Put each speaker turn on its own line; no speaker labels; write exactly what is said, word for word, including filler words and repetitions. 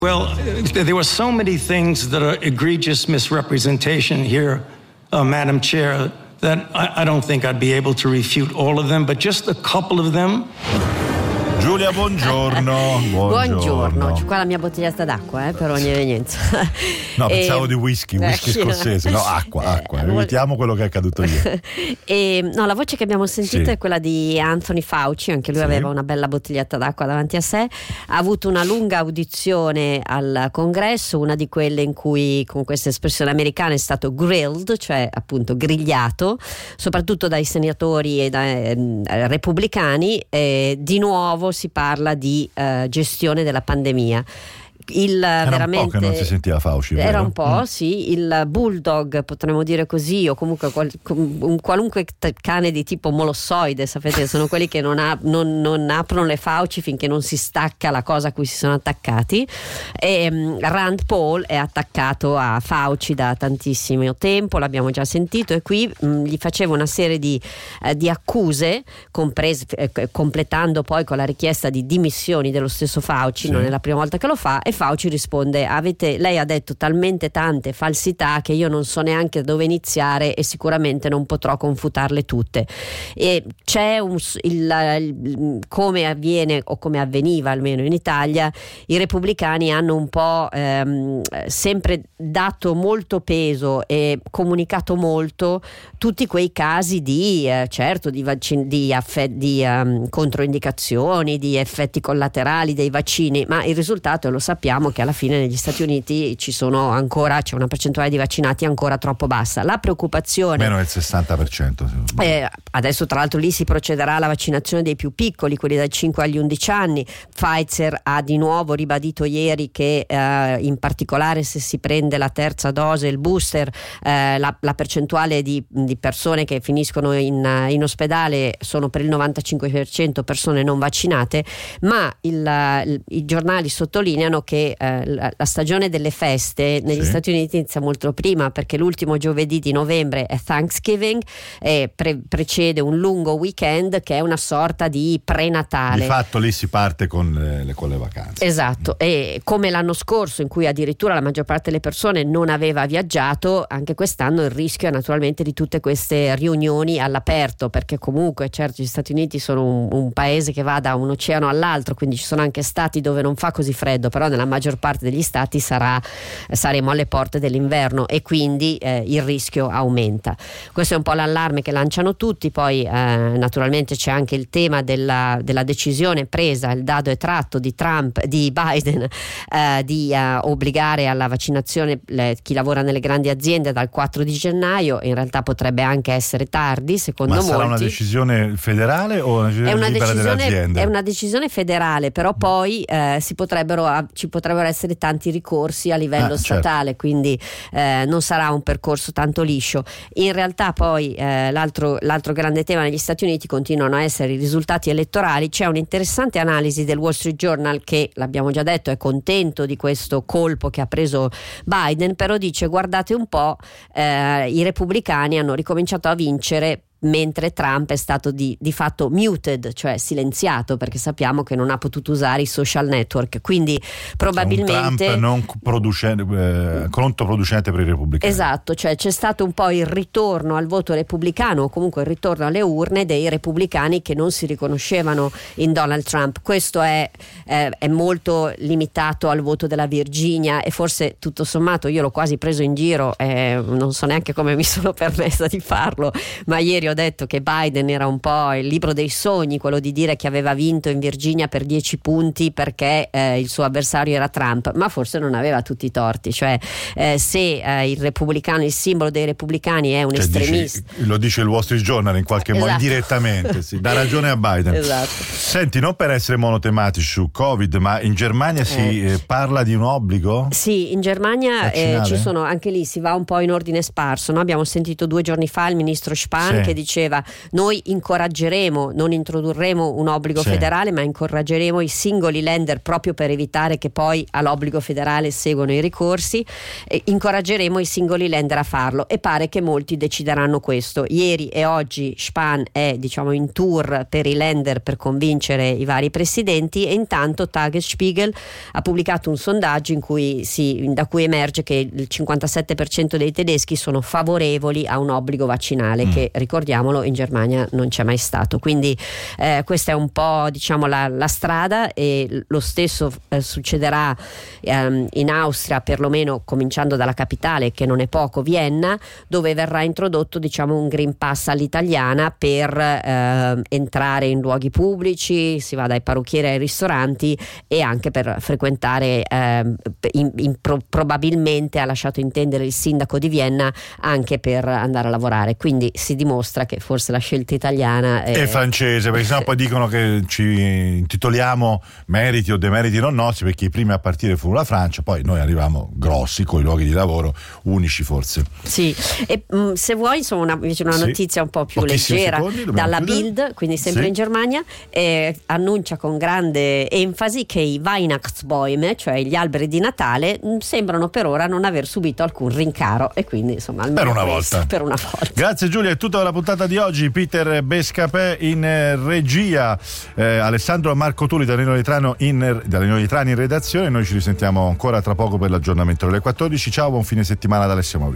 Well, there were so many things that are egregious misrepresentation here, uh, Madam Chair, that I, I don't think I'd be able to refute all of them, but just a couple of them.
Giulia, buongiorno. Buongiorno.
Buongiorno. C'è qua la mia bottiglietta d'acqua eh, per ogni evenienza.
No, pensavo e... di whisky, whisky eh, scozzese. No, acqua, acqua. Evitiamo quello che è accaduto ieri.
E, no, la voce che abbiamo sentito
sì.
è quella di Anthony Fauci. Anche lui sì. aveva una bella bottiglietta d'acqua davanti a sé. Ha avuto una lunga audizione al Congresso, una di quelle in cui, con questa espressione americana, è stato grilled, cioè appunto grigliato, soprattutto dai senatori e dai eh, repubblicani. E di nuovo si parla di uh, gestione della pandemia. Il,
era
veramente,
un po' che non si sentiva Fauci,
era
vero?
un po'
mm.
sì, il bulldog potremmo dire così, o comunque qual, un qualunque cane di tipo molossoide, sapete, sono quelli che non, ha, non, non aprono le fauci finché non si stacca la cosa a cui si sono attaccati. E um, Rand Paul è attaccato a Fauci da tantissimo tempo, l'abbiamo già sentito, e qui um, gli faceva una serie di, uh, di accuse, comprese, eh, completando poi con la richiesta di dimissioni dello stesso Fauci. Sì. Non è la prima volta che lo fa, e Fauci risponde: avete, lei ha detto talmente tante falsità che io non so neanche dove iniziare e sicuramente non potrò confutarle tutte. E c'è un, il, il, come avviene o come avveniva almeno in Italia, i repubblicani hanno un po' ehm, sempre dato molto peso e comunicato molto tutti quei casi di eh, certo di, vaccin- di, affe- di um, controindicazioni, di effetti collaterali dei vaccini, ma il risultato, lo sappiamo, che alla fine negli Stati Uniti ci sono ancora c'è una percentuale di vaccinati ancora troppo bassa. La preoccupazione,
meno del sessanta per cento.
Eh, adesso tra l'altro lì si procederà alla vaccinazione dei più piccoli, quelli dai cinque agli undici anni. Pfizer ha di nuovo ribadito ieri che eh, in particolare se si prende la terza dose, il booster, eh, la, la percentuale di, di persone che finiscono in, in ospedale sono per il novantacinque per cento persone non vaccinate, ma il, il, i giornali sottolineano che eh, la, la stagione delle feste negli sì. Stati Uniti inizia molto prima, perché l'ultimo giovedì di novembre è Thanksgiving e pre- precede un lungo weekend che è una sorta di prenatale.
Di fatto lì si parte con le, con le vacanze.
Esatto, e come l'anno scorso in cui addirittura la maggior parte delle persone non aveva viaggiato, anche quest'anno il rischio è naturalmente di tutte queste riunioni all'aperto, perché comunque certo gli Stati Uniti sono un, un paese che va da un oceano all'altro, quindi ci sono anche stati dove non fa così freddo, però nella maggior parte degli stati sarà, saremo alle porte dell'inverno e quindi eh, il rischio aumenta. Questo è un po' l'allarme che lanciano tutti. Poi eh, naturalmente c'è anche il tema della, della decisione presa, il dado è tratto di Trump, di Biden, eh, di eh, obbligare alla vaccinazione le, chi lavora nelle grandi aziende dal quattro di gennaio. In realtà potrebbe anche essere tardi, secondo
Ma
molti.
Ma sarà una decisione federale o una decisione
è una
libera
decisione,
delle aziende?
È una decisione federale, però poi eh, si potrebbero ci potrebbero essere tanti ricorsi a livello
ah,
statale,
certo.
quindi eh, non sarà un percorso tanto liscio. In realtà poi eh, l'altro, l'altro grande tema negli Stati Uniti continuano a essere i risultati elettorali. C'è un'interessante analisi del Wall Street Journal che, l'abbiamo già detto, è contento di questo colpo che ha preso Biden, però dice: guardate un po', eh, i repubblicani hanno ricominciato a vincere mentre Trump è stato di, di fatto muted, cioè silenziato, perché sappiamo che non ha potuto usare i social network, quindi probabilmente
un Trump non producente, eh, controproducente per i repubblicani.
Esatto, cioè c'è stato un po' il ritorno al voto repubblicano, o comunque il ritorno alle urne dei repubblicani che non si riconoscevano in Donald Trump. Questo è, eh, è molto limitato al voto della Virginia, e forse tutto sommato io l'ho quasi preso in giro, eh, non so neanche come mi sono permessa di farlo, ma ieri ho detto che Biden era un po' il libro dei sogni, quello di dire che aveva vinto in Virginia per dieci punti perché eh, il suo avversario era Trump, ma forse non aveva tutti i torti. Cioè eh, se eh, il repubblicano, il simbolo dei repubblicani è un cioè, estremista,
dici, lo dice il Wall Street Journal in qualche esatto. modo indirettamente, sì, dà ragione a Biden.
Esatto.
Senti, non per essere monotematici su Covid, ma in Germania eh. si eh, parla di un obbligo?
Sì, in Germania eh, ci sono, anche lì si va un po' in ordine sparso, no? Abbiamo sentito due giorni fa il ministro Spahn sì. che diceva noi incoraggeremo, non introdurremo un obbligo
sì.
federale, ma incoraggeremo i singoli lender proprio per evitare che poi all'obbligo federale seguano i ricorsi, e incoraggeremo i singoli lender a farlo, e pare che molti decideranno questo. Ieri e oggi Spahn è diciamo in tour per i lender per convincere i vari presidenti, e intanto Tagesspiegel ha pubblicato un sondaggio in cui si, da cui emerge che il cinquantasette per cento dei tedeschi sono favorevoli a un obbligo vaccinale, mm. che ricordiamolo in Germania non c'è mai stato. Quindi eh, questa è un po' diciamo la, la strada, e lo stesso eh, succederà ehm, in Austria, perlomeno cominciando dalla capitale, che non è poco, Vienna, dove verrà introdotto diciamo un Green Pass all'italiana per eh, entrare in luoghi pubblici, si va dai parrucchieri ai ristoranti, e anche per frequentare eh, in, in pro, probabilmente ha lasciato intendere il sindaco di Vienna anche per andare a lavorare. Quindi si dimostra che forse la scelta italiana è,
è francese, perché sennò poi dicono che ci intitoliamo meriti o demeriti non nostri, perché i primi a partire fu la Francia, poi noi arriviamo grossi con i luoghi di lavoro unici forse.
Sì, e mh, se vuoi insomma una, invece una
sì.
notizia un po' più
Pochissimi
leggera
secondi,
dalla
chiudere.
Bild, quindi sempre
sì.
in Germania, eh, annuncia con grande enfasi che i Weihnachtsbäume, cioè gli alberi di Natale, mh, sembrano per ora non aver subito alcun rincaro, e quindi insomma
per una
questo,
volta
per una volta.
Grazie Giulia, è tutta la puntata di oggi. Peter Bescapè in eh, regia, eh, Alessandro Marco Tulli da Danilo Litrano in, da Danilo Litrani in redazione. Noi ci risentiamo ancora tra poco per l'aggiornamento delle quattordici. Ciao, buon fine settimana da Alessio Mauri.